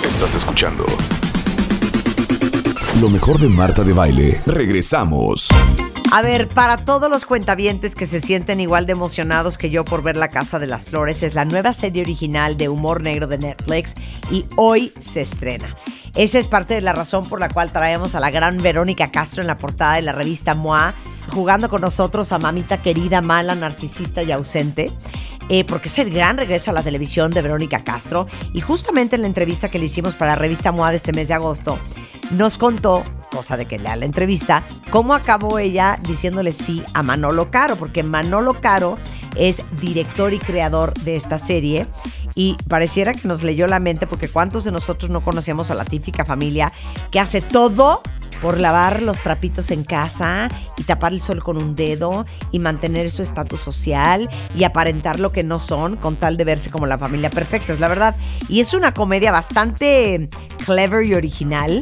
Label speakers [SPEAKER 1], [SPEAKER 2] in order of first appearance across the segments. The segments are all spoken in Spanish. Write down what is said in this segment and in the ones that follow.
[SPEAKER 1] Estás escuchando lo mejor de Marta de Baile. Regresamos.
[SPEAKER 2] A ver, para todos los cuentavientes que se sienten igual de emocionados que yo por ver La Casa de las Flores, es la nueva serie original de humor negro de Netflix y hoy se estrena. Esa es parte de la razón por la cual traemos a la gran Verónica Castro en la portada de la revista MOA, jugando con nosotros a mamita querida, mala, narcisista y ausente. Porque es el gran regreso a la televisión de Verónica Castro. Y justamente en la entrevista que le hicimos para la revista MOA de este mes de agosto, nos contó, cosa de que lea la entrevista, cómo acabó ella diciéndole sí a Manolo Caro, porque Manolo Caro es director y creador de esta serie y pareciera que nos leyó la mente, porque ¿cuántos de nosotros no conocíamos a la típica familia que hace todo por lavar los trapitos en casa y tapar el sol con un dedo y mantener su estatus social y aparentar lo que no son con tal de verse como la familia perfecta? Es la verdad. Y es una comedia bastante clever y original.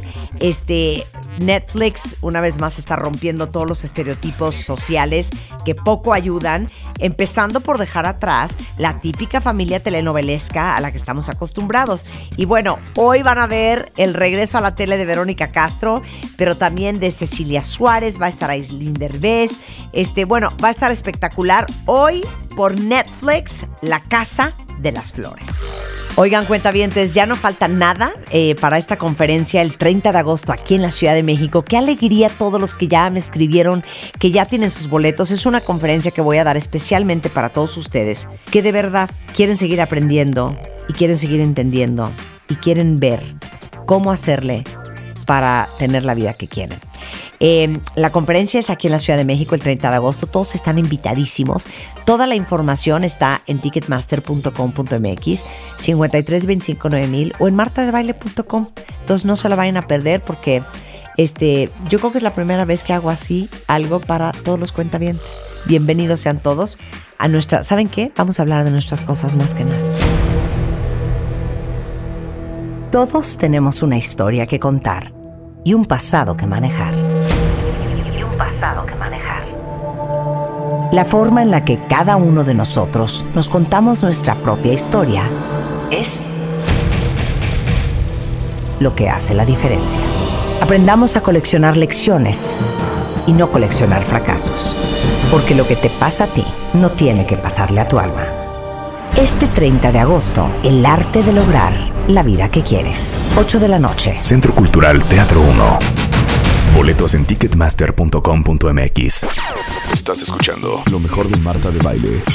[SPEAKER 2] Netflix una vez más está rompiendo todos los estereotipos sociales que poco ayudan, empezando por dejar atrás la típica familia telenovelesca a la que estamos acostumbrados. Y bueno, hoy van a ver el regreso a la tele de Verónica Castro, pero también de Cecilia Suárez, va a estar Aislinn Derbez, va a estar espectacular. Hoy por Netflix, La Casa de las Flores. Oigan, cuentavientes, ya no falta nada para esta conferencia el 30 de agosto aquí en la Ciudad de México. Qué alegría todos los que ya me escribieron, que ya tienen sus boletos. Es una conferencia que voy a dar especialmente para todos ustedes que de verdad quieren seguir aprendiendo y quieren seguir entendiendo y quieren ver cómo hacerle para tener la vida que quieren. La conferencia es aquí en la Ciudad de México el 30 de agosto. Todos están invitadísimos. Toda la información está en ticketmaster.com.mx, 53259000 o en martadebaile.com. Entonces no se la vayan a perder porque yo creo que es la primera vez que hago así algo para todos los cuentavientes. Bienvenidos sean todos a nuestra... ¿Saben qué? Vamos a hablar de nuestras cosas más que nada. Todos tenemos una historia que contar y un pasado que manejar. La forma en la que cada uno de nosotros nos contamos nuestra propia historia es lo que hace la diferencia. Aprendamos a coleccionar lecciones y no coleccionar fracasos, porque lo que te pasa a ti no tiene que pasarle a tu alma. Este 30 de agosto, el arte de lograr la vida que quieres. 8 de la noche.
[SPEAKER 1] Centro Cultural Teatro 1. Boletos en ticketmaster.com.mx. Estás escuchando lo mejor de Marta de Baile.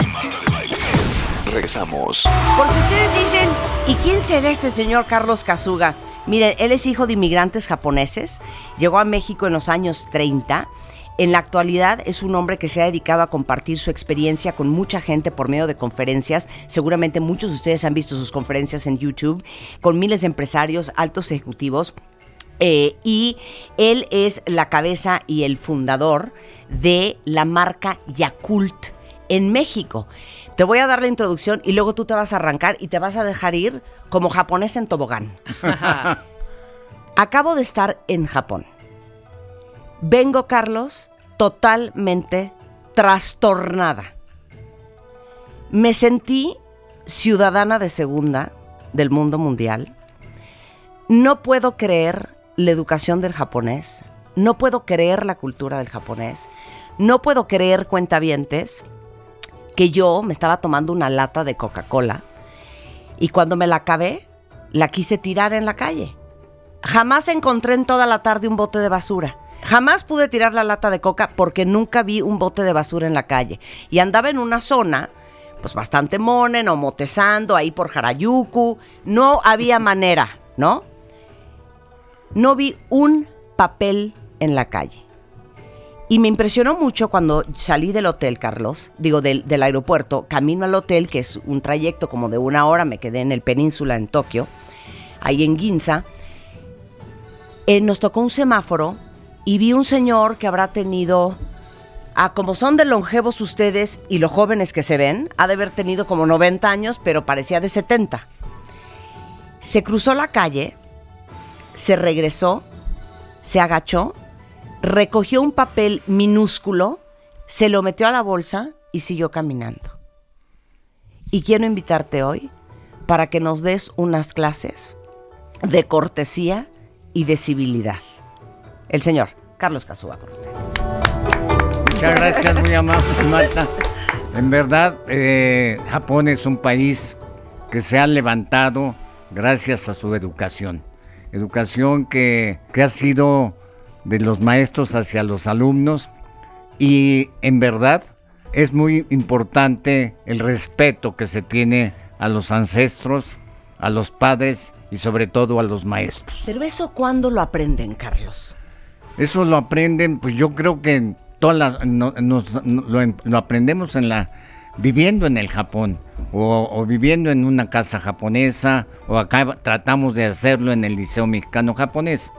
[SPEAKER 1] Regresamos.
[SPEAKER 2] Por si ustedes dicen, ¿y quién será este señor Carlos Kazuga? Miren, él es hijo de inmigrantes japoneses. Llegó a México en los años 30. En la actualidad es un hombre que se ha dedicado a compartir su experiencia con mucha gente por medio de conferencias. Seguramente muchos de ustedes han visto sus conferencias en YouTube, con miles de empresarios, altos ejecutivos. Y él es la cabeza y el fundador de la marca Yakult en México. Te voy a dar la introducción y luego tú te vas a arrancar y te vas a dejar ir como japonés en tobogán. Acabo de estar en Japón. Vengo, Carlos, totalmente trastornada. Me sentí ciudadana de segunda del mundo mundial. No puedo creer la educación del japonés. No puedo creer la cultura del japonés. No puedo creer, cuentavientes, que yo me estaba tomando una lata de Coca-Cola y cuando me la acabé, la quise tirar en la calle. Jamás encontré en toda la tarde un bote de basura. Jamás pude tirar la lata de coca porque nunca vi un bote de basura en la calle. Y andaba en una zona, pues bastante monen o motezando, ahí por Harajuku. No había manera, ¿no? No vi un papel en la calle. Y me impresionó mucho cuando salí del hotel, Carlos, del aeropuerto, camino al hotel, que es un trayecto como de 1 hora, me quedé en el Península, en Tokio, ahí en Ginza. Nos tocó un semáforo y vi un señor que habrá tenido, como son de longevos ustedes y lo jóvenes que se ven, ha de haber tenido como 90 años, pero parecía de 70. Se cruzó la calle, se regresó, se agachó, recogió un papel minúsculo, se lo metió a la bolsa y siguió caminando. Y quiero invitarte hoy para que nos des unas clases de cortesía y de civilidad. El señor Carlos Cazúa con ustedes.
[SPEAKER 3] Muchas gracias, muy amable, Marta. En verdad, Japón es un país que se ha levantado gracias a su educación. Educación que ha sido de los maestros hacia los alumnos, y en verdad es muy importante el respeto que se tiene a los ancestros, a los padres y sobre todo a los maestros.
[SPEAKER 2] Pero eso, ¿cuándo lo aprenden, Carlos?
[SPEAKER 3] Eso lo aprenden, pues yo creo que en todas lo aprendemos viviendo en el Japón, o viviendo en una casa japonesa, o acá tratamos de hacerlo en el Liceo Mexicano Japonés.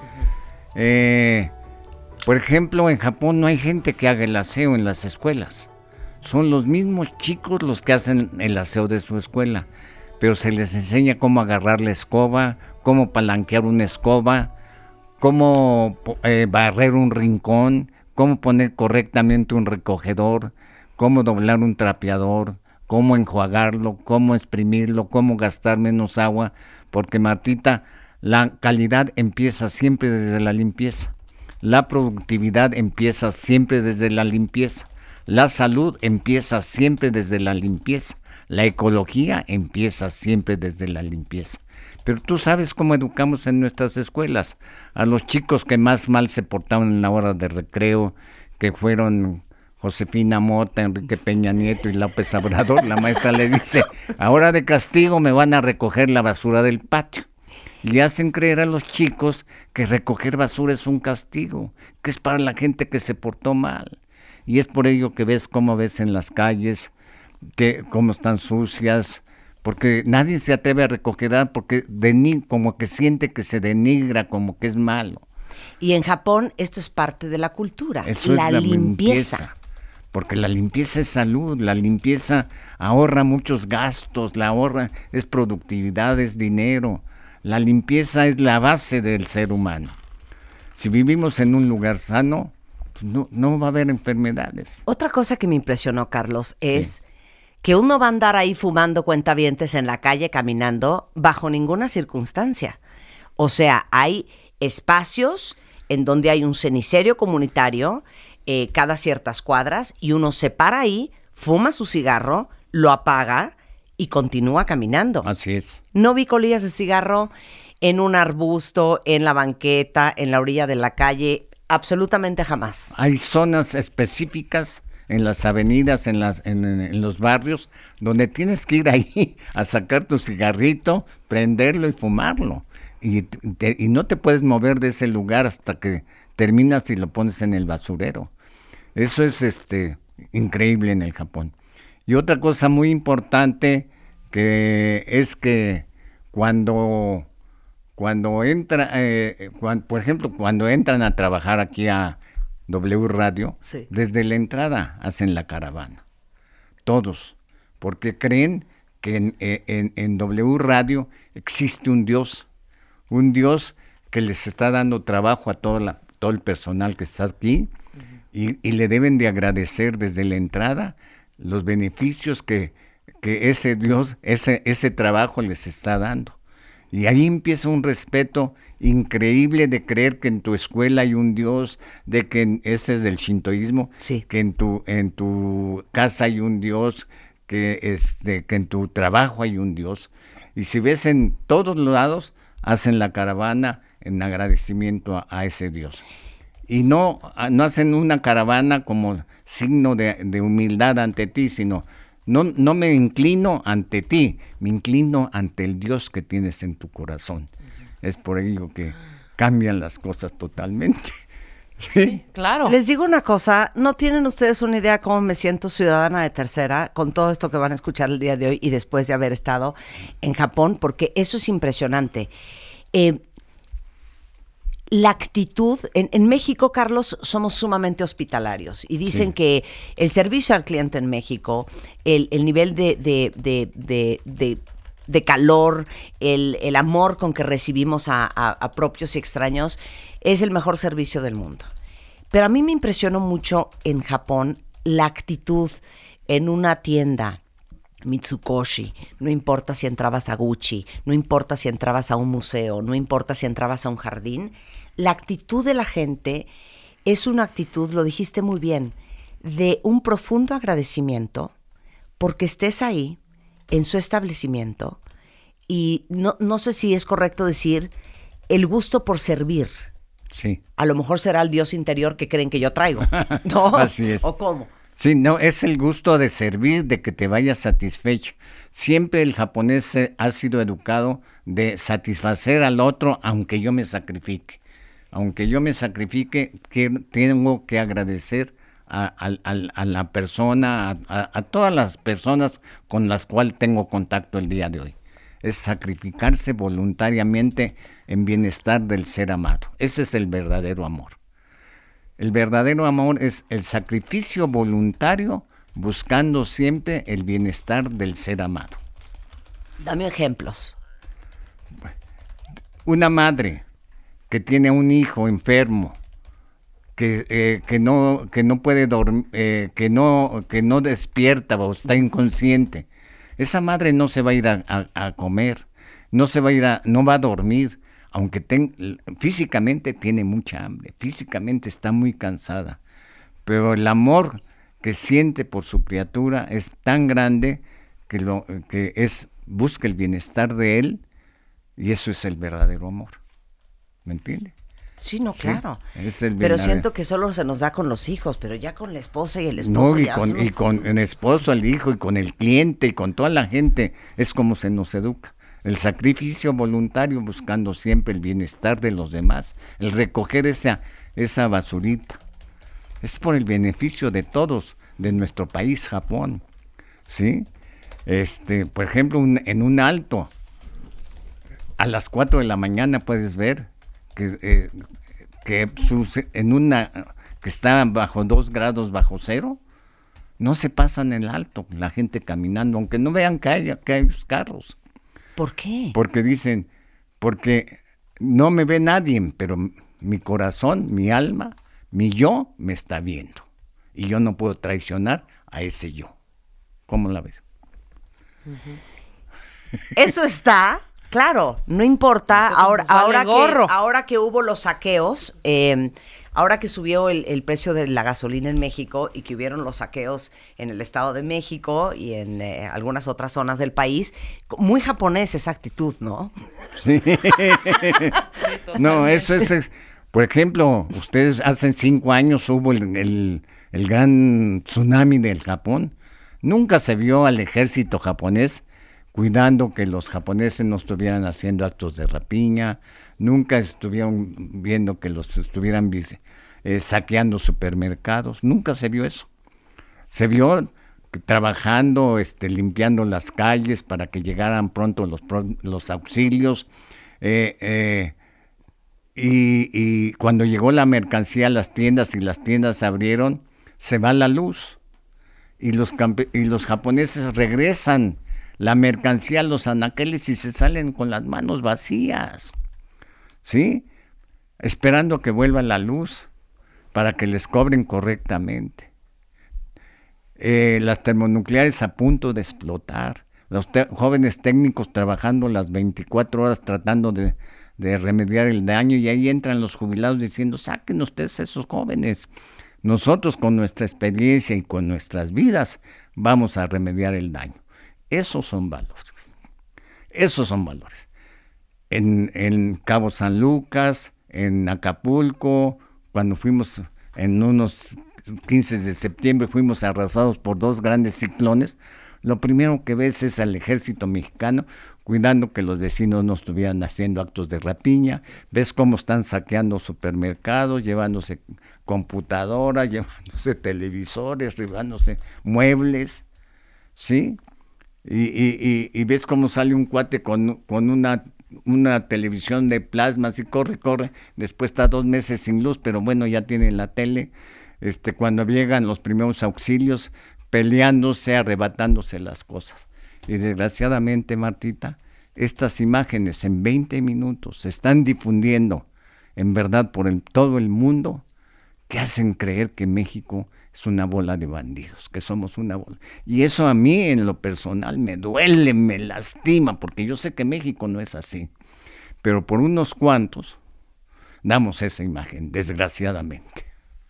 [SPEAKER 3] Por ejemplo, en Japón no hay gente que haga el aseo en las escuelas. Son los mismos chicos los que hacen el aseo de su escuela, pero se les enseña cómo agarrar la escoba, cómo palanquear una escoba, cómo barrer un rincón, cómo poner correctamente un recogedor, cómo doblar un trapeador, cómo enjuagarlo, cómo exprimirlo, cómo gastar menos agua, porque, Martita, la calidad empieza siempre desde la limpieza. La productividad empieza siempre desde la limpieza. La salud empieza siempre desde la limpieza. La ecología empieza siempre desde la limpieza. Pero tú sabes cómo educamos en nuestras escuelas. A los chicos que más mal se portaban en la hora de recreo, que fueron Josefina Mota, Enrique Peña Nieto y López Obrador, la maestra les dice: ahora de castigo me van a recoger la basura del patio. Le hacen creer a los chicos que recoger basura es un castigo, que es para la gente que se portó mal. Y es por ello que ves en las calles, que cómo están sucias, porque nadie se atreve a recoger, porque como que siente que se denigra, como que es malo.
[SPEAKER 2] Y en Japón esto es parte de la cultura,
[SPEAKER 3] eso
[SPEAKER 2] la
[SPEAKER 3] es la
[SPEAKER 2] limpieza.
[SPEAKER 3] Porque la limpieza es salud, la limpieza ahorra muchos gastos, es productividad, es dinero. La limpieza es la base del ser humano. Si vivimos en un lugar sano, pues no va a haber enfermedades.
[SPEAKER 2] Otra cosa que me impresionó, Carlos, es que uno va a andar ahí fumando cuentavientes en la calle, caminando, bajo ninguna circunstancia. O sea, hay espacios en donde hay un cenicero comunitario cada ciertas cuadras, y uno se para ahí, fuma su cigarro, lo apaga y continúa caminando.
[SPEAKER 3] Así es.
[SPEAKER 2] No vi colillas de cigarro en un arbusto, en la banqueta, en la orilla de la calle, absolutamente jamás.
[SPEAKER 3] Hay zonas específicas en las avenidas, en los barrios, donde tienes que ir ahí a sacar tu cigarrito, prenderlo y fumarlo. Y no te puedes mover de ese lugar hasta que terminas y lo pones en el basurero. Eso es increíble en el Japón. Y otra cosa muy importante es que cuando por ejemplo, cuando entran a trabajar aquí a W Radio, sí, desde la entrada hacen la caravana. Todos. Porque creen que en W Radio existe un Dios que les está dando trabajo a todo el personal que está aquí, y le deben de agradecer desde la entrada los beneficios que ese Dios, ese trabajo les está dando. Y ahí empieza un respeto increíble de creer que en tu escuela hay un Dios, de que ese es del shintoísmo, sí, que en tu casa hay un Dios, que en tu trabajo hay un Dios. Y si ves en todos lados, hacen la caravana en agradecimiento a ese Dios. Y no hacen una caravana como signo de humildad ante ti, sino no me inclino ante ti, me inclino ante el Dios que tienes en tu corazón. Es por ello que cambian las cosas totalmente.
[SPEAKER 4] Sí, claro.
[SPEAKER 2] Les digo una cosa, no tienen ustedes una idea cómo me siento ciudadana de tercera con todo esto que van a escuchar el día de hoy y después de haber estado en Japón, porque eso es impresionante. La actitud, en México, Carlos, somos sumamente hospitalarios y dicen sí, que el servicio al cliente en México, el nivel de calor, el amor con que recibimos a propios y extraños, es el mejor servicio del mundo. Pero a mí me impresionó mucho en Japón la actitud en una tienda Mitsukoshi, no importa si entrabas a Gucci, no importa si entrabas a un museo, no importa si entrabas a un jardín, la actitud de la gente es una actitud, lo dijiste muy bien, de un profundo agradecimiento porque estés ahí, en su establecimiento, y no sé si es correcto decir el gusto por servir.
[SPEAKER 3] Sí.
[SPEAKER 2] A lo mejor será el Dios interior que creen que yo traigo, ¿no?
[SPEAKER 3] Así es.
[SPEAKER 2] ¿O cómo?
[SPEAKER 3] Sí, no, es el gusto de servir, de que te vayas satisfecho. Siempre el japonés ha sido educado de satisfacer al otro, aunque yo me sacrifique. Aunque yo me sacrifique, tengo que agradecer a la persona, a todas las personas con las cuales tengo contacto el día de hoy. Es sacrificarse voluntariamente en bienestar del ser amado. Ese es el verdadero amor. El verdadero amor es el sacrificio voluntario buscando siempre el bienestar del ser amado.
[SPEAKER 2] Dame ejemplos.
[SPEAKER 3] Una madre que tiene un hijo enfermo, que no puede dormir, que no despierta o está inconsciente, esa madre no se va a ir a comer, no va a dormir, aunque físicamente tiene mucha hambre, físicamente está muy cansada, pero el amor que siente por su criatura es tan grande que busca el bienestar de él, y eso es el verdadero amor. ¿Me entiende?
[SPEAKER 2] Sí, no, claro.
[SPEAKER 3] Es el
[SPEAKER 2] pero siento que solo se nos da con los hijos, pero ya con la esposa y el esposo.
[SPEAKER 3] No, y con el esposo, el hijo, y con el cliente, y con toda la gente, es como se nos educa. El sacrificio voluntario buscando siempre el bienestar de los demás, el recoger esa basurita. Es por el beneficio de todos, de nuestro país, Japón. ¿Sí? Por ejemplo, en un alto, a las 4 de la mañana puedes ver que está bajo 2 grados bajo cero, no se pasan el alto, la gente caminando, aunque no vean que hay carros.
[SPEAKER 2] ¿Por qué?
[SPEAKER 3] Porque no me ve nadie, pero mi corazón, mi alma, mi yo me está viendo. Y yo no puedo traicionar a ese yo. ¿Cómo la ves?
[SPEAKER 2] Eso está... Claro, no importa, ahora que hubo los saqueos, ahora que subió el precio de la gasolina en México y que hubieron los saqueos en el Estado de México y en algunas otras zonas del país, muy japonés esa actitud, ¿no?
[SPEAKER 3] Sí. No, eso es, por ejemplo, ustedes hace 5 años hubo el gran tsunami del Japón, nunca se vio al ejército japonés cuidando que los japoneses no estuvieran haciendo actos de rapiña, nunca estuvieron viendo que los estuvieran saqueando supermercados, nunca se vio eso. Se vio trabajando, limpiando las calles para que llegaran pronto los auxilios, y cuando llegó la mercancía a las tiendas y las tiendas abrieron, se va la luz y los japoneses regresan la mercancía a los anaqueles y se salen con las manos vacías, ¿sí? Esperando que vuelva la luz para que les cobren correctamente. Las termonucleares a punto de explotar, los jóvenes técnicos trabajando las 24 horas tratando de remediar el daño, y ahí entran los jubilados diciendo, saquen ustedes esos jóvenes. Nosotros con nuestra experiencia y con nuestras vidas vamos a remediar el daño. Esos son valores. Esos son valores. En Cabo San Lucas, en Acapulco, cuando fuimos en unos 15 de septiembre, fuimos arrasados por 2 grandes ciclones, lo primero que ves es al ejército mexicano cuidando que los vecinos no estuvieran haciendo actos de rapiña, ves cómo están saqueando supermercados, llevándose computadoras, llevándose televisores, llevándose muebles, ¿sí? Y ves cómo sale un cuate con una televisión de plasma, así corre, después está 2 meses sin luz, pero bueno, ya tiene la tele, cuando llegan los primeros auxilios, peleándose, arrebatándose las cosas. Y desgraciadamente, Martita, estas imágenes en 20 minutos se están difundiendo, en verdad, por todo el mundo, que hacen creer que México es una bola de bandidos, que somos una bola. Y eso a mí en lo personal me duele, me lastima, porque yo sé que México no es así. Pero por unos cuantos damos esa imagen, desgraciadamente.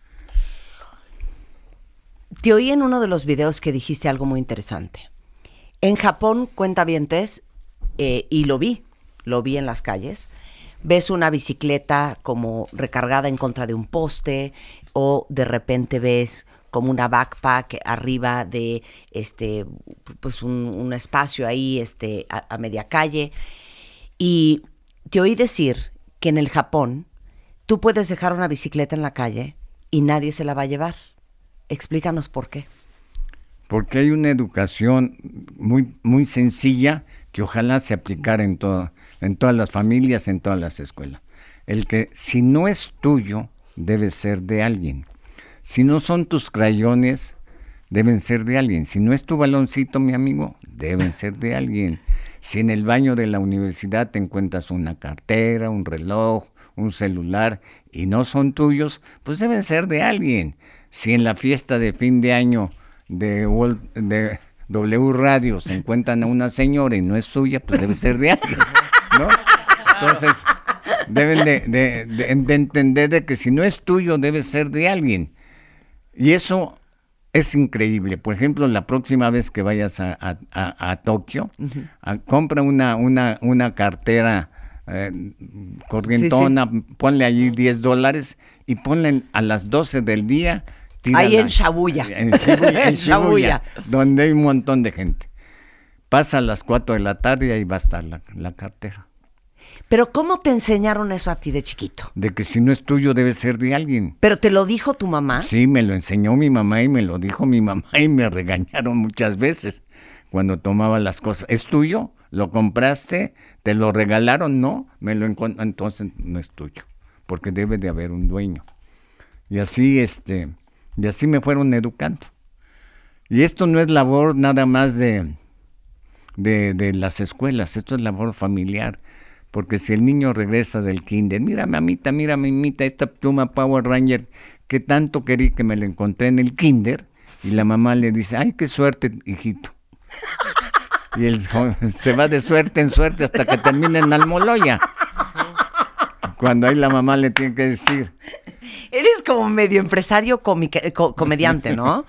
[SPEAKER 2] Te oí en uno de los videos que dijiste algo muy interesante. En Japón, cuentavientes, y lo vi en las calles, ves una bicicleta como recargada en contra de un poste, o de repente ves como una backpack arriba de pues un espacio ahí a media calle. Y te oí decir que en el Japón tú puedes dejar una bicicleta en la calle y nadie se la va a llevar. Explícanos por qué.
[SPEAKER 3] Porque hay una educación muy, muy sencilla que ojalá se aplicara en todas las familias, en todas las escuelas. El que si no es tuyo, debe ser de alguien. Si no son tus crayones, deben ser de alguien. Si no es tu baloncito, mi amigo, deben ser de alguien. Si en el baño de la universidad te encuentras una cartera, un reloj, un celular, y no son tuyos, pues deben ser de alguien. Si en la fiesta de fin de año de W Radio se encuentran a una señora y no es suya, pues debe ser de alguien, ¿no? Entonces, deben de entender de que si no es tuyo, debe ser de alguien. Y eso es increíble. Por ejemplo, la próxima vez que vayas a Tokio, compra una cartera corrientona, sí. Ponle allí $10 y ponle a las 12 del día.
[SPEAKER 2] Ahí en Shibuya.
[SPEAKER 3] En Shibuya, donde hay un montón de gente. Pasa a las 4 de la tarde y ahí va a estar la cartera.
[SPEAKER 2] Pero ¿cómo te enseñaron eso a ti de chiquito?
[SPEAKER 3] De que si no es tuyo debe ser de alguien.
[SPEAKER 2] ¿Pero te lo dijo tu mamá?
[SPEAKER 3] Sí, me lo enseñó mi mamá y me lo dijo mi mamá y me regañaron muchas veces cuando tomaba las cosas. ¿Es tuyo? ¿Lo compraste? ¿Te lo regalaron? No, entonces no es tuyo, porque debe de haber un dueño. Y así me fueron educando. Y esto no es labor nada más de las escuelas, esto es labor familiar. Porque si el niño regresa del kinder, mira mamita, esta pluma Power Ranger que tanto querí que me la encontré en el kinder, y la mamá le dice, ay, qué suerte, hijito. Y él se va de suerte en suerte hasta que termina en Almoloya. Cuando ahí la mamá le tiene que decir...
[SPEAKER 2] Eres como medio empresario comediante, ¿no?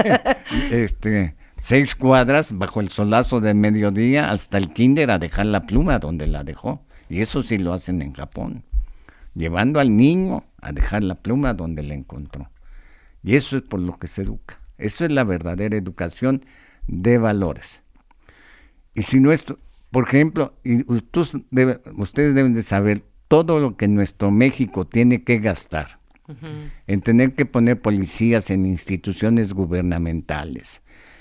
[SPEAKER 3] 6 cuadras bajo el solazo de mediodía hasta el kinder a dejar la pluma donde la dejó. Y eso sí lo hacen en Japón, llevando al niño a dejar la pluma donde la encontró. Y eso es por lo que se educa. Eso es la verdadera educación de valores. Y si no es, por ejemplo, ustedes deben de saber todo lo que nuestro México tiene que gastar en tener que poner policías en instituciones gubernamentales,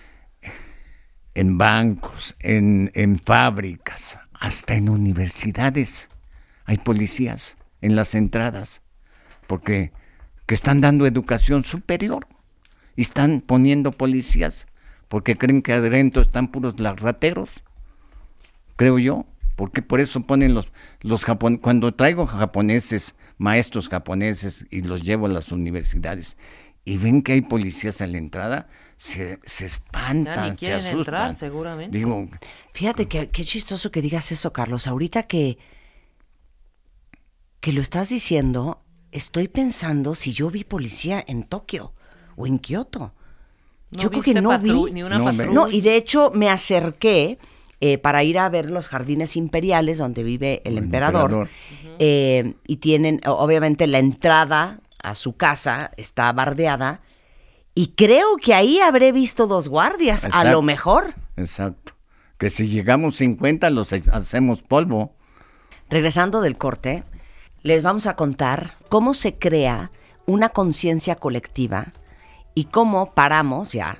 [SPEAKER 3] en bancos, en fábricas, hasta en universidades hay policías en las entradas, porque que están dando educación superior y están poniendo policías porque creen que adentro están puros rateros, creo yo, porque por eso ponen los japoneses. Cuando traigo maestros japoneses y los llevo a las universidades y ven que hay policías a la entrada, se espantan, se asustan.
[SPEAKER 4] Entrar, seguramente.
[SPEAKER 3] Digo,
[SPEAKER 2] fíjate qué chistoso que digas eso, Carlos. Ahorita que lo estás diciendo, estoy pensando si yo vi policía en Tokio o en Kioto. Yo creo que no vi
[SPEAKER 4] ni una patrulla.
[SPEAKER 2] No, y de hecho me acerqué para ir a ver los jardines imperiales donde vive el emperador. Y tienen, obviamente, la entrada a su casa está bardeada. Y creo que ahí habré visto 2 guardias, exacto, a lo mejor.
[SPEAKER 3] Exacto. Que si llegamos 50 los hacemos polvo.
[SPEAKER 2] Regresando del corte, les vamos a contar cómo se crea una conciencia colectiva y cómo paramos ya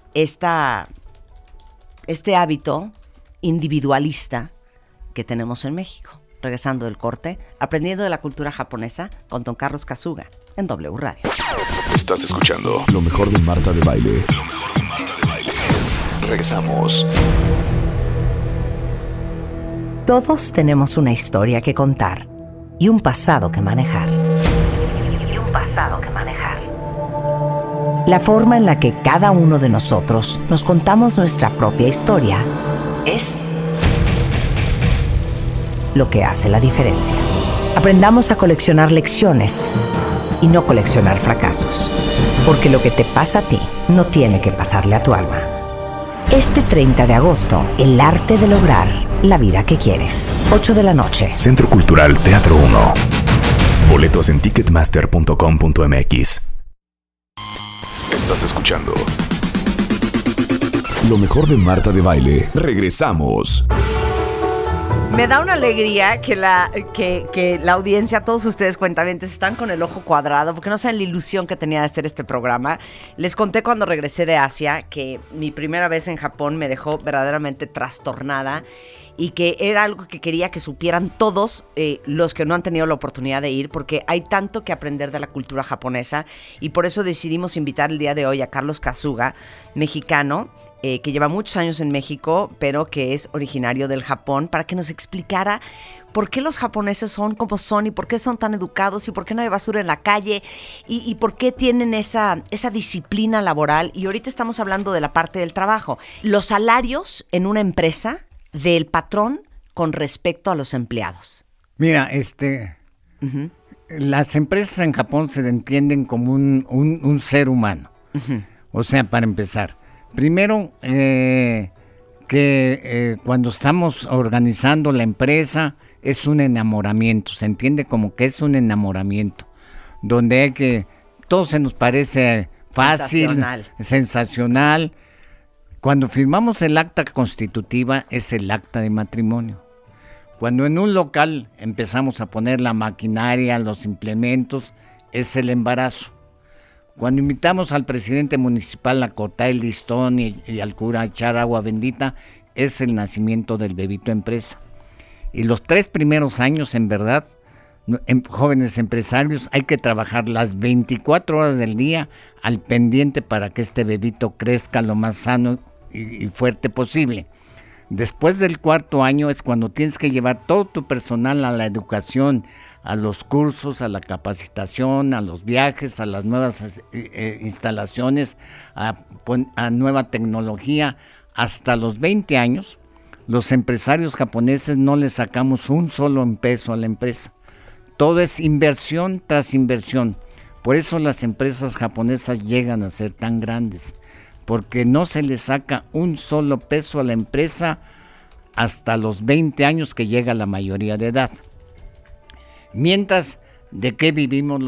[SPEAKER 2] este hábito individualista que tenemos en México. Regresando del corte, aprendiendo de la cultura japonesa con don Carlos Kazuga en W Radio.
[SPEAKER 1] Estás escuchando lo mejor de Marta de Baile. Regresamos.
[SPEAKER 2] Todos tenemos una historia que contar y un pasado que manejar.
[SPEAKER 5] La forma en la que cada uno de nosotros nos contamos nuestra propia historia es lo que hace la diferencia. Aprendamos a coleccionar lecciones y no coleccionar fracasos, porque lo que te pasa a ti no tiene que pasarle a tu alma. Este 30 de agosto, el arte de lograr la vida que quieres. 8 de la noche.
[SPEAKER 1] Centro Cultural Teatro 1. Boletos en ticketmaster.com.mx. Estás escuchando lo mejor de Marta de Baile. Regresamos.
[SPEAKER 2] Me da una alegría que la audiencia, todos ustedes cuentavientes, están con el ojo cuadrado, porque no saben la ilusión que tenía de hacer este programa. Les conté cuando regresé de Asia que mi primera vez en Japón me dejó verdaderamente trastornada y que era algo que quería que supieran todos los que no han tenido la oportunidad de ir, porque hay tanto que aprender de la cultura japonesa, y por eso decidimos invitar el día de hoy a Carlos Kazuga, mexicano, que lleva muchos años en México, pero que es originario del Japón, para que nos explicara por qué los japoneses son como son y por qué son tan educados y por qué no hay basura en la calle y por qué tienen esa disciplina laboral. Y ahorita estamos hablando de la parte del trabajo. Los salarios en una empresa del patrón con respecto a los empleados.
[SPEAKER 3] Mira, las empresas en Japón se entienden como un ser humano. Uh-huh. O sea, para empezar, primero cuando estamos organizando la empresa es un enamoramiento, se entiende como que es un enamoramiento, donde hay que, todo se nos parece fácil, sensacional. Cuando firmamos el acta constitutiva es el acta de matrimonio. Cuando en un local empezamos a poner la maquinaria, los implementos, es el embarazo. Cuando invitamos al presidente municipal a cortar el listón y al cura a echar agua bendita, es el nacimiento del bebito empresa. Y los 3 primeros años, en verdad, jóvenes empresarios, hay que trabajar las 24 horas del día al pendiente para que este bebito crezca lo más sano y fuerte posible. Después del 4º año es cuando tienes que llevar todo tu personal a la educación, a los cursos, a la capacitación, a los viajes, a las nuevas instalaciones, a nueva tecnología. Hasta los 20 años, los empresarios japoneses no le sacamos un solo peso a la empresa. Todo es inversión tras inversión. Por eso las empresas japonesas llegan a ser tan grandes, porque no se le saca un solo peso a la empresa hasta los 20 años que llega la mayoría de edad. Mientras, ¿de qué vivimos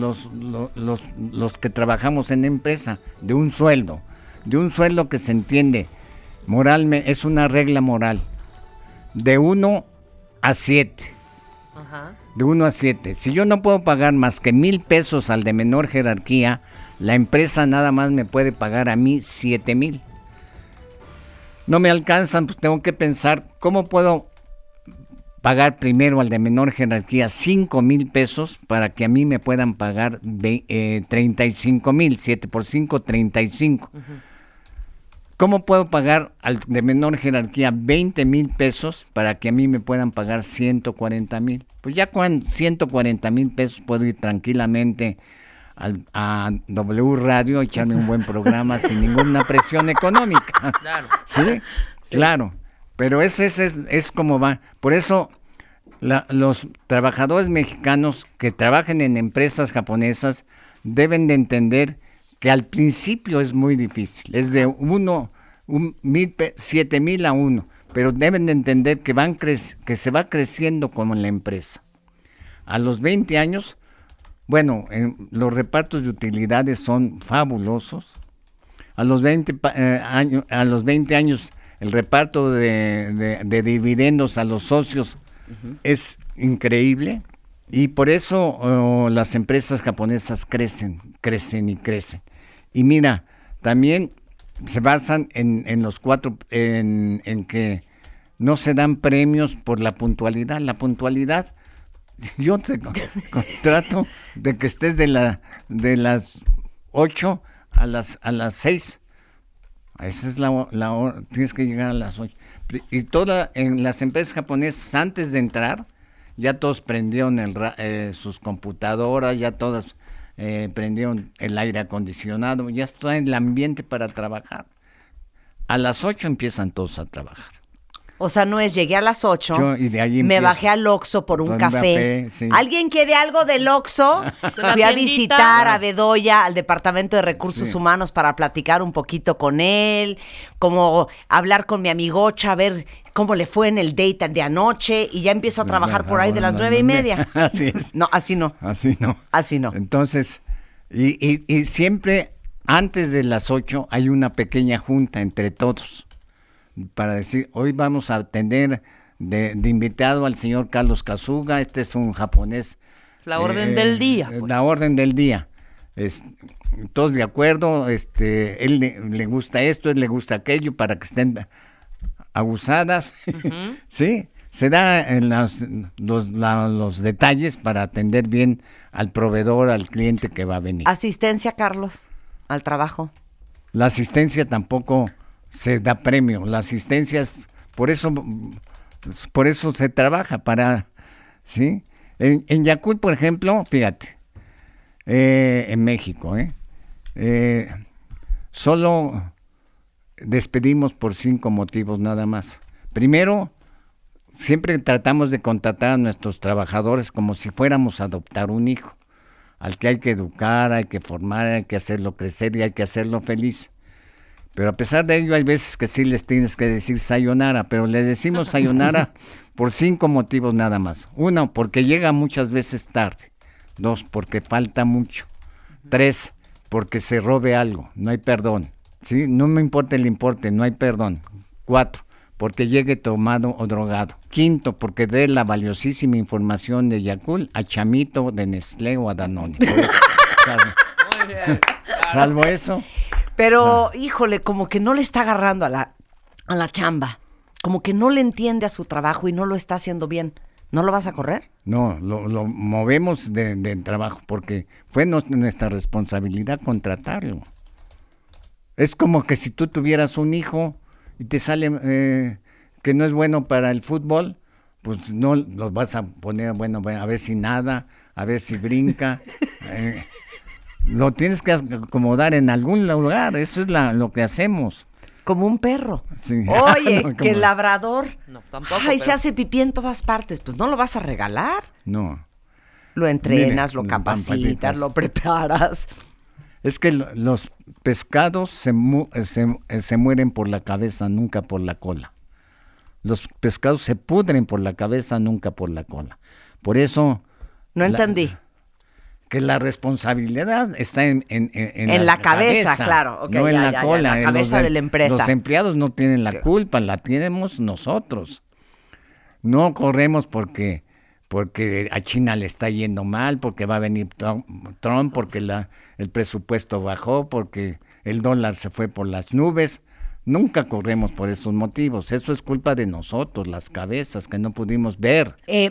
[SPEAKER 3] los que trabajamos en empresa? De un sueldo que se entiende moralmente, es una regla moral, de 1 a 7. Ajá. De 1 a 7. Si yo no puedo pagar más que 1,000 pesos al de menor jerarquía, la empresa nada más me puede pagar a mí 7,000. No me alcanzan, pues tengo que pensar cómo puedo pagar primero al de menor jerarquía 5,000 pesos para que a mí me puedan pagar 35,000, 7 por 5, 35. Uh-huh. ¿Cómo puedo pagar al de menor jerarquía 20,000 pesos para que a mí me puedan pagar 140,000? Pues ya con 140,000 pesos puedo ir tranquilamente a W Radio, echarme un buen programa sin ninguna presión económica. Claro. ¿Sí? Sí. Claro. Pero ese es como va. Por eso los trabajadores mexicanos que trabajen en empresas japonesas deben de entender que al principio es muy difícil. Es de 7,000 a 1. Pero deben de entender que se va creciendo como en la empresa. A los 20 años... Bueno, los repartos de utilidades son fabulosos. A los 20 años el reparto de dividendos a los socios uh-huh. es increíble, y por eso las empresas japonesas crecen. Y mira, también se basan en los 4, en que no se dan premios por la puntualidad. La puntualidad, yo te contrato de que estés de las 8 a las 6. Esa es la hora, tienes que llegar a las 8. Y en las empresas japonesas, antes de entrar, ya todos prendieron sus computadoras, ya todas prendieron el aire acondicionado, ya está en el ambiente para trabajar. A las 8 empiezan todos a trabajar.
[SPEAKER 2] O sea, no es llegué a las 8,
[SPEAKER 3] y de ahí
[SPEAKER 2] me
[SPEAKER 3] empiezo.
[SPEAKER 2] bajé al Oxxo por un café.
[SPEAKER 3] Sí.
[SPEAKER 2] ¿Alguien quiere algo del Oxxo?
[SPEAKER 4] la
[SPEAKER 2] Fui a
[SPEAKER 4] tiendita.
[SPEAKER 2] visitar a Bedoya, al Departamento de Recursos
[SPEAKER 3] Sí.
[SPEAKER 2] Humanos, para platicar un poquito con él, como hablar con mi amigocha, a ver cómo le fue en el date de anoche, y ya empiezo a trabajar por ahí de las 9:30.
[SPEAKER 3] Así es.
[SPEAKER 2] No, así no.
[SPEAKER 3] Así no.
[SPEAKER 2] Así no.
[SPEAKER 3] Entonces, y siempre antes de las 8 hay una pequeña junta entre todos para decir, hoy vamos a tener de invitado al señor Carlos Kasuga, este es un japonés.
[SPEAKER 4] La orden del día. Pues.
[SPEAKER 3] La orden del día. Todos de acuerdo, él le gusta esto, él le gusta aquello, para que estén abusadas. Uh-huh. Sí, se da en los detalles para atender bien al proveedor, al cliente que va a venir.
[SPEAKER 2] Asistencia, Carlos, al trabajo.
[SPEAKER 3] La asistencia tampoco se da premio. La asistencia es, por eso se trabaja para, ¿sí? En Yakult, por ejemplo, fíjate, en México, solo despedimos por 5 motivos nada más. Primero, siempre tratamos de contratar a nuestros trabajadores como si fuéramos a adoptar un hijo, al que hay que educar, hay que formar, hay que hacerlo crecer y hay que hacerlo feliz. Pero a pesar de ello, hay veces que sí les tienes que decir sayonara, pero les decimos sayonara por 5 motivos nada más. 1, porque llega muchas veces tarde. 2, porque falta mucho. 3, porque se robe algo, no hay perdón. ¿Sí? No me importa el importe, no hay perdón. 4, porque llegue tomado o drogado. 5, porque dé la valiosísima información de Yakult a Chamito, de Nestlé o a Danone. Salvo eso.
[SPEAKER 2] Pero, híjole, como que no le está agarrando a la chamba. Como que no le entiende a su trabajo y no lo está haciendo bien. ¿No lo vas a correr?
[SPEAKER 3] No, lo movemos de trabajo porque fue nuestra responsabilidad contratarlo. Es como que si tú tuvieras un hijo y te sale que no es bueno para el fútbol, pues no lo vas a poner, bueno, a ver si nada, a ver si brinca. Lo tienes que acomodar en algún lugar, eso es lo que hacemos.
[SPEAKER 2] Como un perro.
[SPEAKER 3] Sí.
[SPEAKER 2] Oye,
[SPEAKER 3] No,
[SPEAKER 2] que el labrador,
[SPEAKER 4] No, tampoco.
[SPEAKER 2] se hace pipí en todas partes. Pues no lo vas a regalar.
[SPEAKER 3] No.
[SPEAKER 2] Lo entrenas,
[SPEAKER 3] Mire,
[SPEAKER 2] lo capacitas, lo preparas.
[SPEAKER 3] Es que los pescados se mueren por la cabeza, nunca por la cola. Los pescados se pudren por la cabeza, nunca por la cola. Por eso...
[SPEAKER 2] No entendí.
[SPEAKER 3] Que la responsabilidad está en
[SPEAKER 2] la cabeza, claro. Okay,
[SPEAKER 3] no en la cola.
[SPEAKER 2] En la cabeza de la empresa.
[SPEAKER 3] Los empleados no tienen la culpa, la tenemos nosotros. No corremos porque a China le está yendo mal, porque va a venir Trump, porque el presupuesto bajó, porque el dólar se fue por las nubes. Nunca corremos por esos motivos. Eso es culpa de nosotros, las cabezas, que no pudimos ver.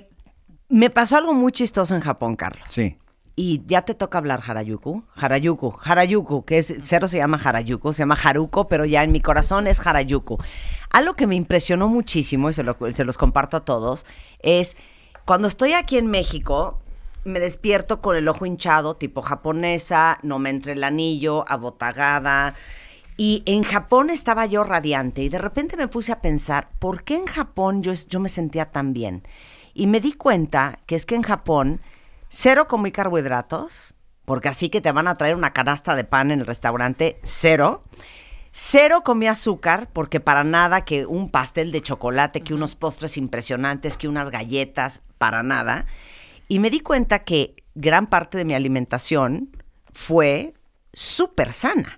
[SPEAKER 2] Me pasó algo muy chistoso en Japón, Carlos.
[SPEAKER 3] Sí.
[SPEAKER 2] Y ya te toca hablar Harajuku, que cero se llama Harajuku, se llama Haruko, pero ya en mi corazón es Harajuku. Algo que me impresionó muchísimo, y se los comparto a todos, es cuando estoy aquí en México, me despierto con el ojo hinchado, tipo japonesa, no me entra el anillo, abotagada. Y en Japón estaba yo radiante y de repente me puse a pensar, ¿por qué en Japón yo me sentía tan bien? Y me di cuenta que es que en Japón... Cero comí carbohidratos, porque así que te van a traer una canasta de pan en el restaurante, cero. Cero comí azúcar, porque para nada que un pastel de chocolate, que unos postres impresionantes, que unas galletas, para nada. Y me di cuenta que gran parte de mi alimentación fue súper sana.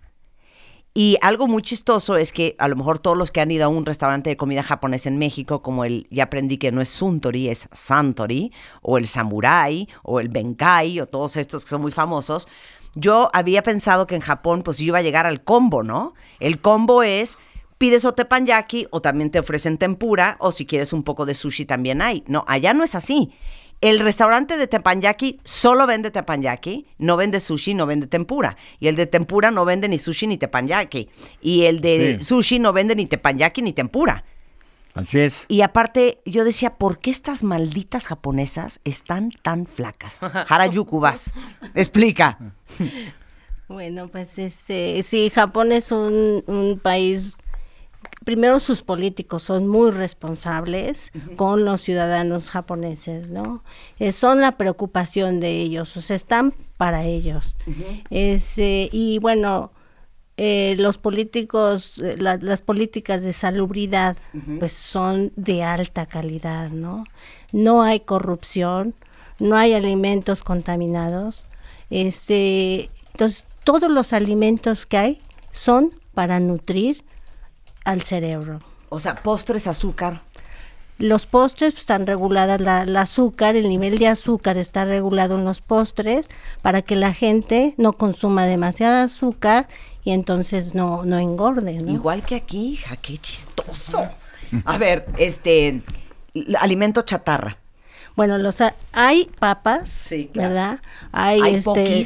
[SPEAKER 2] Y algo muy chistoso es que a lo mejor todos los que han ido a un restaurante de comida japonesa en México, como ya aprendí que no es Suntory, es Santori, o el Samurai, o el Benkai, o todos estos que son muy famosos, yo había pensado que en Japón pues yo iba a llegar al combo, ¿no? El combo es, pides o teppanyaki, o también te ofrecen tempura, o si quieres un poco de sushi también hay. No, allá no es así. El restaurante de teppanyaki solo vende teppanyaki, no vende sushi, no vende tempura. Y el de tempura no vende ni sushi ni teppanyaki. Y el de sushi no vende ni teppanyaki ni tempura.
[SPEAKER 3] Así es.
[SPEAKER 2] Y aparte, yo decía, ¿por qué estas malditas japonesas están tan flacas? Harajuku, vas. Explica.
[SPEAKER 6] Bueno, pues sí, Japón es un país, primero sus políticos son muy responsables con los ciudadanos japoneses, ¿no? Son la preocupación de ellos, o sea, están para ellos. Y bueno, los políticos, las políticas de salubridad, pues son de alta calidad, ¿no? No hay corrupción, no hay alimentos contaminados, entonces todos los alimentos que hay son para nutrir al cerebro.
[SPEAKER 2] O sea, postres, azúcar.
[SPEAKER 6] Los postres pues, están reguladas, el azúcar, el nivel de azúcar está regulado en los postres para que la gente no consuma demasiada azúcar y entonces no engorde, ¿no?
[SPEAKER 2] Igual que aquí, hija, qué chistoso. A ver, alimento chatarra.
[SPEAKER 6] Bueno, hay papas,
[SPEAKER 2] sí, claro.
[SPEAKER 6] ¿verdad?
[SPEAKER 2] Hay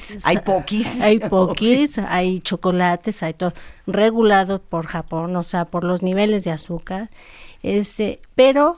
[SPEAKER 2] poquis,
[SPEAKER 6] hay chocolates, hay todo regulado por Japón, o sea, por los niveles de azúcar. Pero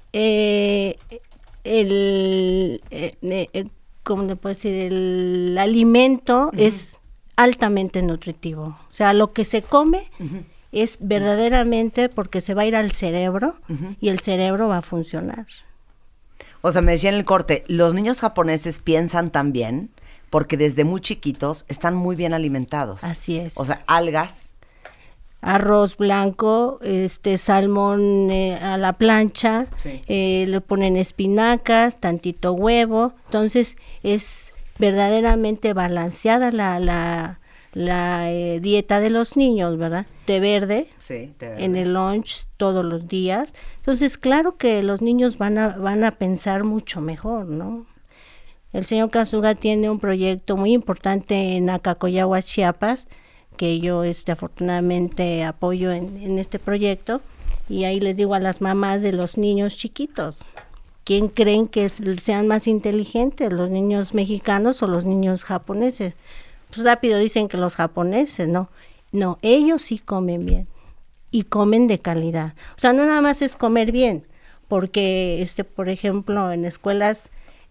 [SPEAKER 6] ¿cómo le puedo decir? El alimento es altamente nutritivo. O sea, lo que se come es verdaderamente porque se va a ir al cerebro y el cerebro va a funcionar.
[SPEAKER 2] O sea, me decía en el corte, los niños japoneses piensan también porque desde muy chiquitos están muy bien alimentados.
[SPEAKER 6] Así es.
[SPEAKER 2] O sea, algas.
[SPEAKER 6] Arroz blanco, salmón a la plancha,
[SPEAKER 2] sí.
[SPEAKER 6] Le ponen espinacas, tantito huevo. Entonces, es verdaderamente balanceada la dieta de los niños, ¿verdad? Té verde,
[SPEAKER 2] sí, té verde,
[SPEAKER 6] en el lunch todos los días. Entonces, claro que los niños van a pensar mucho mejor, ¿no? El señor Kasuga tiene un proyecto muy importante en Acacoyagua, Chiapas, que yo afortunadamente apoyo en este proyecto, y ahí les digo a las mamás de los niños chiquitos, ¿quién creen que sean más inteligentes, los niños mexicanos o los niños japoneses? Pues rápido dicen que los japoneses, ¿no? No, ellos sí comen bien y comen de calidad. O sea, no nada más es comer bien, porque por ejemplo, en escuelas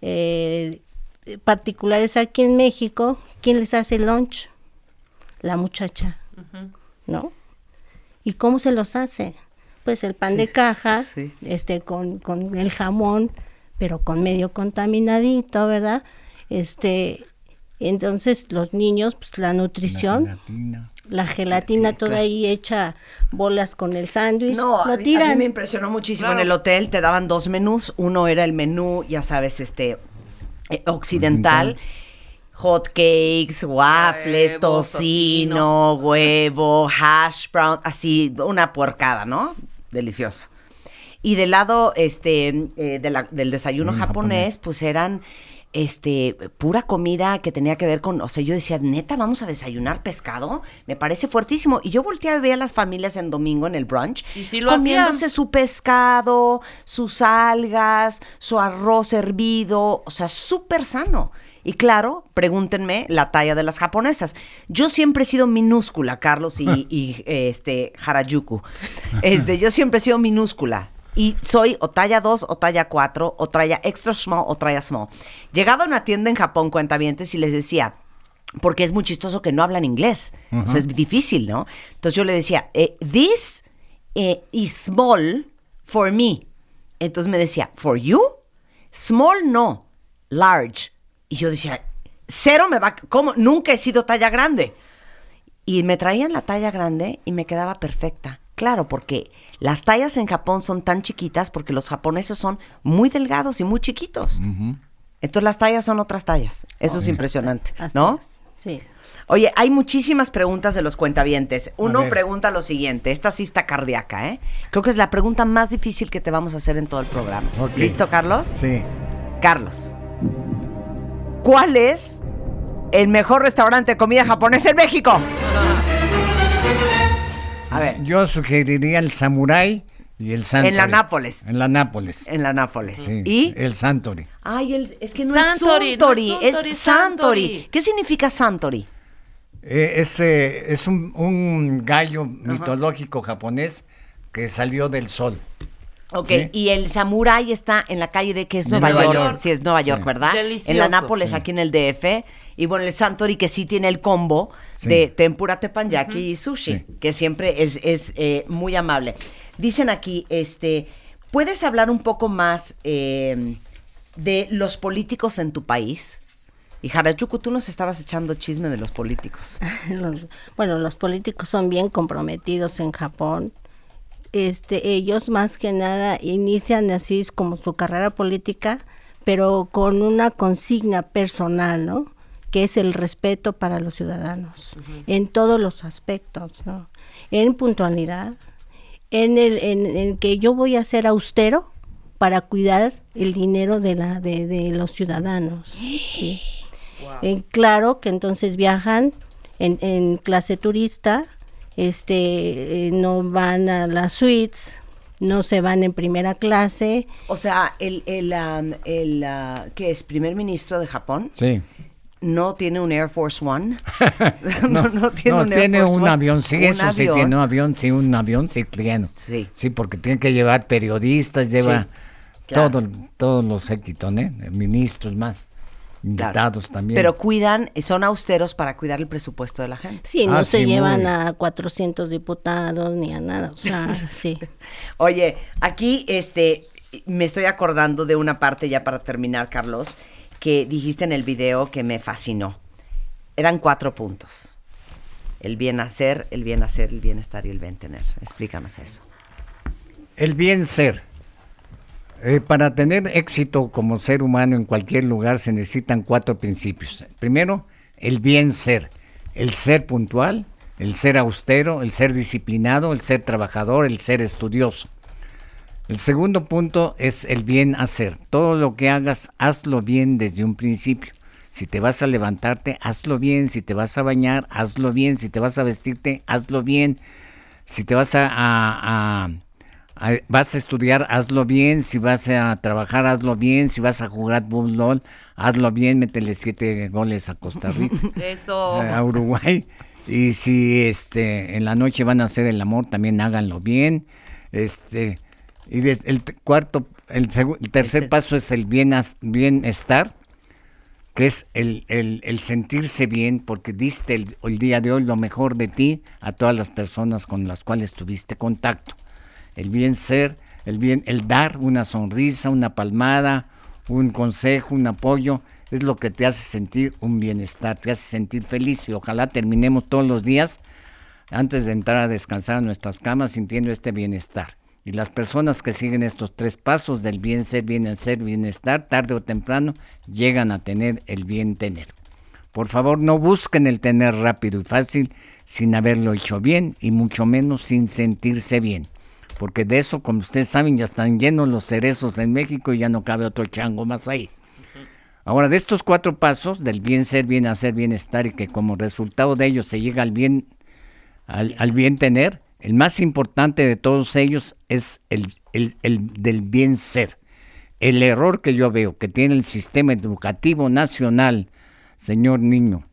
[SPEAKER 6] particulares aquí en México, ¿quién les hace lunch? La muchacha, ¿no? ¿Y cómo se los hace? Pues el pan de caja,
[SPEAKER 2] sí.
[SPEAKER 6] Con el jamón, pero con medio contaminadito, ¿verdad? Entonces los niños, pues la nutrición, la gelatina toda ahí hecha bolas con el sándwich, lo tiran.
[SPEAKER 2] A mí me impresionó muchísimo. Claro. En el hotel te daban 2 menús, uno era el menú, ya sabes, occidental, hot cakes, waffles, tocino, huevo, hash brown, así, una puercada, ¿no? Delicioso. Y del lado del desayuno japonés, pues eran pura comida que tenía que ver con, o sea, yo decía, neta, vamos a desayunar pescado, me parece fuertísimo. Y yo volteaba a ver a las familias en domingo en el brunch,
[SPEAKER 4] ¿y si lo
[SPEAKER 2] comiéndose
[SPEAKER 4] hacían?
[SPEAKER 2] Su pescado, sus algas, su arroz hervido, o sea, súper sano. Y claro, pregúntenme la talla de las japonesas. Yo siempre he sido minúscula, Carlos y Harajuku. Yo siempre he sido minúscula. Y soy o talla 2 o talla 4 o talla extra small o talla small. Llegaba a una tienda en Japón, cuentavientes, y les decía, porque es muy chistoso que no hablan inglés. O sea, es difícil, ¿no? Entonces yo le decía, this is small for me. Entonces me decía, for you? Small no, large. Y yo decía, cero me va, ¿cómo? Nunca he sido talla grande. Y me traían la talla grande y me quedaba perfecta. Claro, porque las tallas en Japón son tan chiquitas porque los japoneses son muy delgados y muy chiquitos. Entonces las tallas son otras tallas. Eso es impresionante, ¿no?
[SPEAKER 6] Sí.
[SPEAKER 2] Oye, hay muchísimas preguntas de los cuentavientes. Uno pregunta lo siguiente, esta sí está cardíaca, ¿eh? Creo que es la pregunta más difícil que te vamos a hacer en todo el programa.
[SPEAKER 3] Okay.
[SPEAKER 2] ¿Listo, Carlos?
[SPEAKER 3] Sí.
[SPEAKER 2] Carlos, ¿cuál es el mejor restaurante de comida japonesa en México? A ver.
[SPEAKER 3] Yo sugeriría el Samurai y el Santori.
[SPEAKER 2] En la Nápoles.
[SPEAKER 3] En la Nápoles.
[SPEAKER 2] En la Nápoles.
[SPEAKER 3] Sí.
[SPEAKER 2] ¿Y?
[SPEAKER 3] El Santori.
[SPEAKER 2] Ay, es que no
[SPEAKER 4] Santori,
[SPEAKER 2] es Suntory,
[SPEAKER 4] no es Suntory,
[SPEAKER 2] es Santori.
[SPEAKER 4] Santori.
[SPEAKER 2] ¿Qué significa Santori?
[SPEAKER 3] Es un gallo mitológico japonés que salió del sol.
[SPEAKER 2] Ok,
[SPEAKER 3] ¿sí?
[SPEAKER 2] y el samurái está en la calle de que es Nueva York. Sí, es Nueva York, ¿verdad?
[SPEAKER 4] Delicioso.
[SPEAKER 2] En la Nápoles, aquí en el DF. Y bueno, el Santori que sí tiene el combo de tempura, teppanyaki y sushi, que siempre es muy amable. Dicen aquí, ¿puedes hablar un poco más de los políticos en tu país? Y Harajuku, tú nos estabas echando chisme de los políticos.
[SPEAKER 6] Bueno, los políticos son bien comprometidos en Japón. Ellos más que nada inician así como su carrera política, pero con una consigna personal, ¿no? Que es el respeto para los ciudadanos, en todos los aspectos, ¿no? En puntualidad, en que yo voy a ser austero para cuidar el dinero de los ciudadanos. ¿Sí? Wow. Claro que entonces viajan en clase turista, no van a las suites, no se van en primera clase.
[SPEAKER 2] O sea, ¿qué es? ¿Primer ministro de Japón?
[SPEAKER 3] Sí.
[SPEAKER 2] ¿No tiene un Air Force One?
[SPEAKER 3] no tiene un avión, sí, eso sí tiene un avión, sí tiene. Sí, porque tiene que llevar periodistas, lleva todos los séquitos, ministros más. Invitados también.
[SPEAKER 2] Pero son austeros para cuidar el presupuesto de la gente.
[SPEAKER 6] Sí, no se llevan a 400 diputados ni a nada, o sea, sí.
[SPEAKER 2] Oye, aquí me estoy acordando de una parte ya para terminar, Carlos, que dijiste en el video que me fascinó. Eran 4 puntos. El bien hacer, el bienestar y el bien tener. Explícanos eso.
[SPEAKER 3] El bien ser. Para tener éxito como ser humano en cualquier lugar se necesitan 4 principios. Primero, el bien ser. El ser puntual, el ser austero, el ser disciplinado, el ser trabajador, el ser estudioso. El segundo punto es el bien hacer. Todo lo que hagas, hazlo bien desde un principio. Si te vas a levantarte, hazlo bien. Si te vas a bañar, hazlo bien. Si te vas a vestirte, hazlo bien. Si te vas vas a estudiar, hazlo bien. Si vas a trabajar, hazlo bien. Si vas a jugar fútbol, hazlo bien. Métele 7 goles a Costa Rica.
[SPEAKER 4] Eso.
[SPEAKER 3] A Uruguay. Y si en la noche van a hacer el amor, también háganlo bien. Y el tercer paso es el bienestar, que es el sentirse bien, porque diste el día de hoy lo mejor de ti a todas las personas con las cuales tuviste contacto. El bien ser, el dar una sonrisa, una palmada, un consejo, un apoyo, es lo que te hace sentir un bienestar, te hace sentir feliz, y ojalá terminemos todos los días antes de entrar a descansar a nuestras camas sintiendo este bienestar. Y las personas que siguen estos 3 pasos del bien ser, bienestar, tarde o temprano llegan a tener el bien tener. Por favor, no busquen el tener rápido y fácil sin haberlo hecho bien, y mucho menos sin sentirse bien. Porque de eso, como ustedes saben, ya están llenos los cerezos en México y ya no cabe otro chango más ahí. Ahora, de estos 4 pasos, del bien ser, bien hacer, bienestar, y que como resultado de ellos se llega al bien tener, el más importante de todos ellos es el del bien ser. El error que yo veo que tiene el sistema educativo nacional, señor Niño,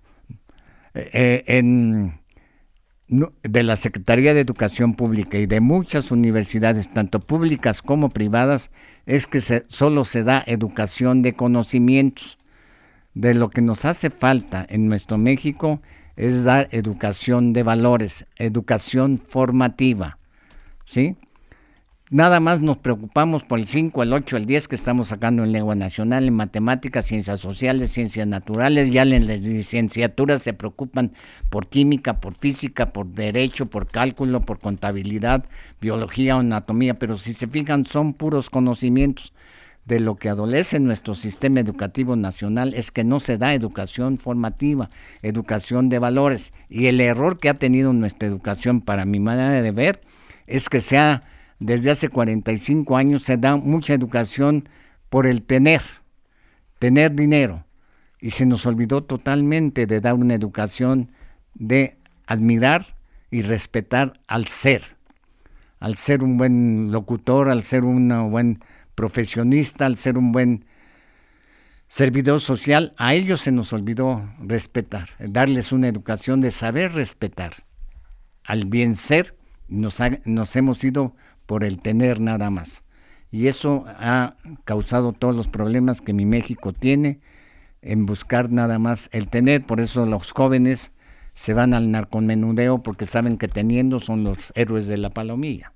[SPEAKER 3] de la Secretaría de Educación Pública y de muchas universidades, tanto públicas como privadas, es que solo se da educación de conocimientos. De lo que nos hace falta en nuestro México es dar educación de valores, educación formativa, ¿sí? Nada más nos preocupamos por el 5, el 8, el 10 que estamos sacando en lengua nacional, en matemáticas, ciencias sociales, ciencias naturales. Ya en las licenciaturas se preocupan por química, por física, por derecho, por cálculo, por contabilidad, biología o anatomía, pero si se fijan son puros conocimientos. De lo que adolece nuestro sistema educativo nacional es que no se da educación formativa, educación de valores. Y el error que ha tenido nuestra educación, para mi manera de ver, es que desde hace 45 años se da mucha educación por el tener dinero. Y se nos olvidó totalmente de dar una educación de admirar y respetar al ser un buen locutor, al ser un buen profesionista, al ser un buen servidor social. A ellos se nos olvidó respetar, darles una educación de saber respetar al bien ser. Nos hemos ido por el tener nada más. y eso ha causado todos los problemas que mi México tiene en buscar nada más el tener. Por eso los jóvenes se van al narcomenudeo, porque saben que teniendo son los héroes de la palomilla.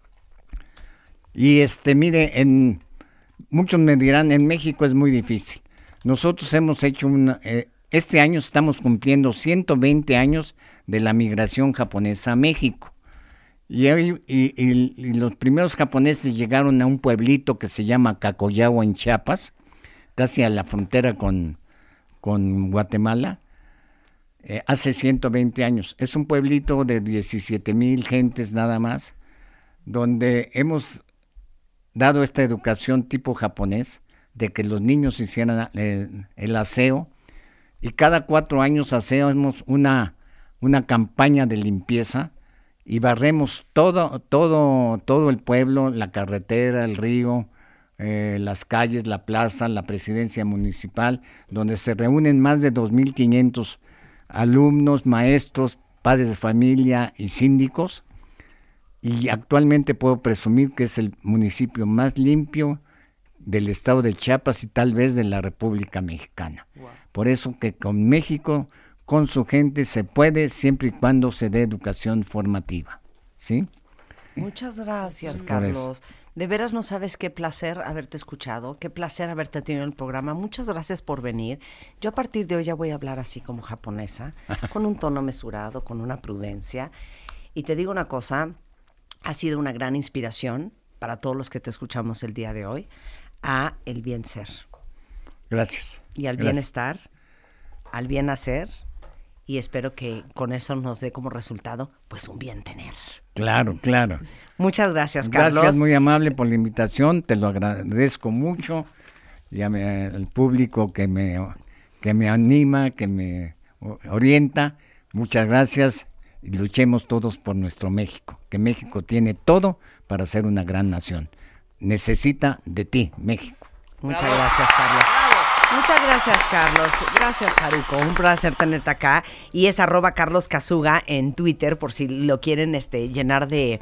[SPEAKER 3] Y mire, muchos me dirán, en México es muy difícil. Nosotros hemos hecho este año estamos cumpliendo 120 años de la migración japonesa a México. Y los primeros japoneses llegaron a un pueblito que se llama Cacoyagua en Chiapas, casi a la frontera con Guatemala, hace 120 años. Es un pueblito de 17,000 gentes nada más, donde hemos dado esta educación tipo japonés, de que los niños hicieran el aseo, y cada 4 años hacemos una campaña de limpieza y barremos todo el pueblo, la carretera, el río, las calles, la plaza, la presidencia municipal, donde se reúnen más de 2,500 alumnos, maestros, padres de familia y síndicos, y actualmente puedo presumir que es el municipio más limpio del estado de Chiapas y tal vez de la República Mexicana. Wow. Por eso que con México, con su gente, se puede, siempre y cuando se dé educación formativa, ¿sí?
[SPEAKER 2] Muchas gracias, Carlos. De veras no sabes qué placer haberte escuchado, qué placer haberte tenido en el programa. Muchas gracias por venir. Yo a partir de hoy ya voy a hablar así como japonesa, con un tono mesurado, con una prudencia. Y te digo una cosa, ha sido una gran inspiración para todos los que te escuchamos el día de hoy, a el bien ser.
[SPEAKER 3] Gracias.
[SPEAKER 2] Y al bienestar, al bien hacer, y espero que con eso nos dé como resultado, pues, un bien tener.
[SPEAKER 3] Claro, claro.
[SPEAKER 2] Muchas gracias, Carlos.
[SPEAKER 3] Gracias, muy amable por la invitación, te lo agradezco mucho, y al público que me anima, que me orienta, muchas gracias, y luchemos todos por nuestro México, que México tiene todo para ser una gran nación. Necesita de ti, México.
[SPEAKER 2] Muchas gracias, Carlos. Muchas gracias, Carlos. Gracias, Haruko. Un placer tenerte acá. Y es @CarlosKazuga en Twitter, por si lo quieren llenar de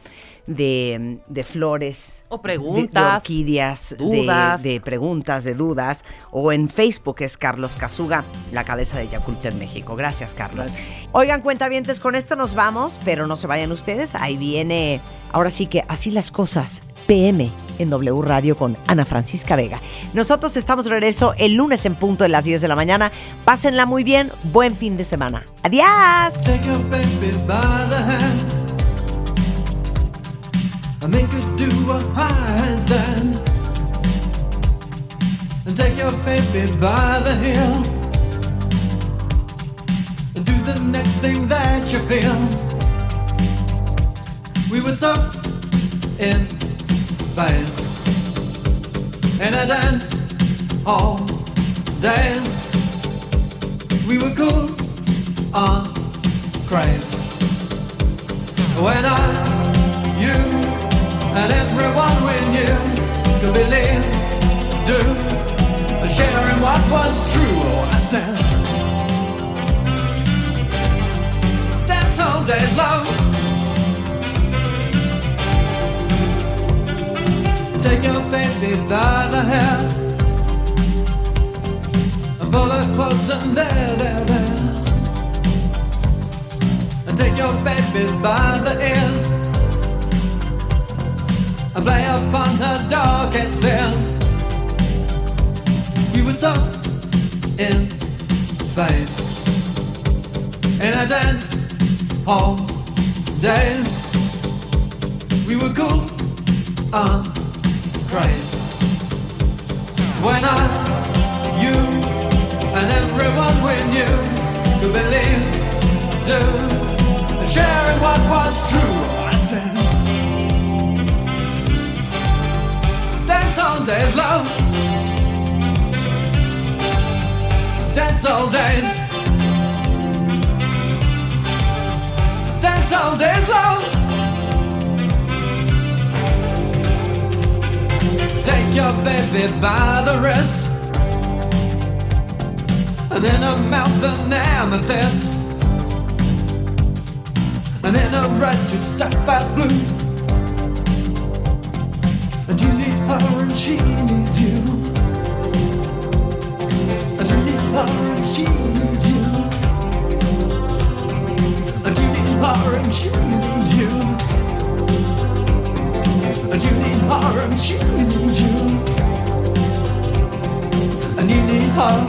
[SPEAKER 2] flores.
[SPEAKER 4] O preguntas.
[SPEAKER 2] De orquídeas.
[SPEAKER 4] Dudas.
[SPEAKER 2] De preguntas, de dudas. O en Facebook es Carlos Kazuga, la cabeza de Yakult en México. Gracias, Carlos. Gracias. Oigan, cuentavientes, con esto nos vamos, pero no se vayan ustedes. Ahí viene, ahora sí que Así las Cosas, PM en W Radio con Ana Francisca Vega. Nosotros estamos de regreso el lunes en punto de las 10 de la mañana. Pásenla muy bien. Buen fin de semana. ¡Adiós!
[SPEAKER 7] I make her do a handstand and take your baby by the heel and do the next thing that you feel. We were so in phase and I danced all days. We were cool on craze when you and everyone we knew could believe, do, sharing what was true. Oh, I said, dance all days long. Take your baby by the hair and pull her close and there. And take your baby by the ears and play upon her darkest fears. We were so in phase in a dance hall days. We were cool on craze when you and everyone we knew could believe, do, sharing what was true. I said, dance all days, love. Dance all days. Dance all days, love. Take your baby by the wrist and in her mouth an amethyst and in her eyes two sapphire's blue. And you need her and she needs you. And you need her and she needs you. And you need her and she needs you. And you need her and she needs you. And you need her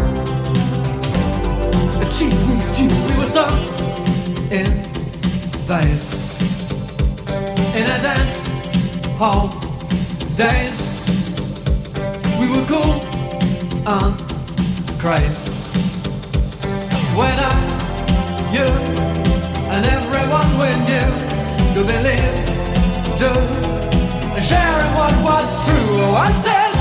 [SPEAKER 7] and she needs you. We were so in phase in a dance hall days. We were cool and crazy. When I, you, and everyone we knew to believe, do, and sharing what was true. Oh, I said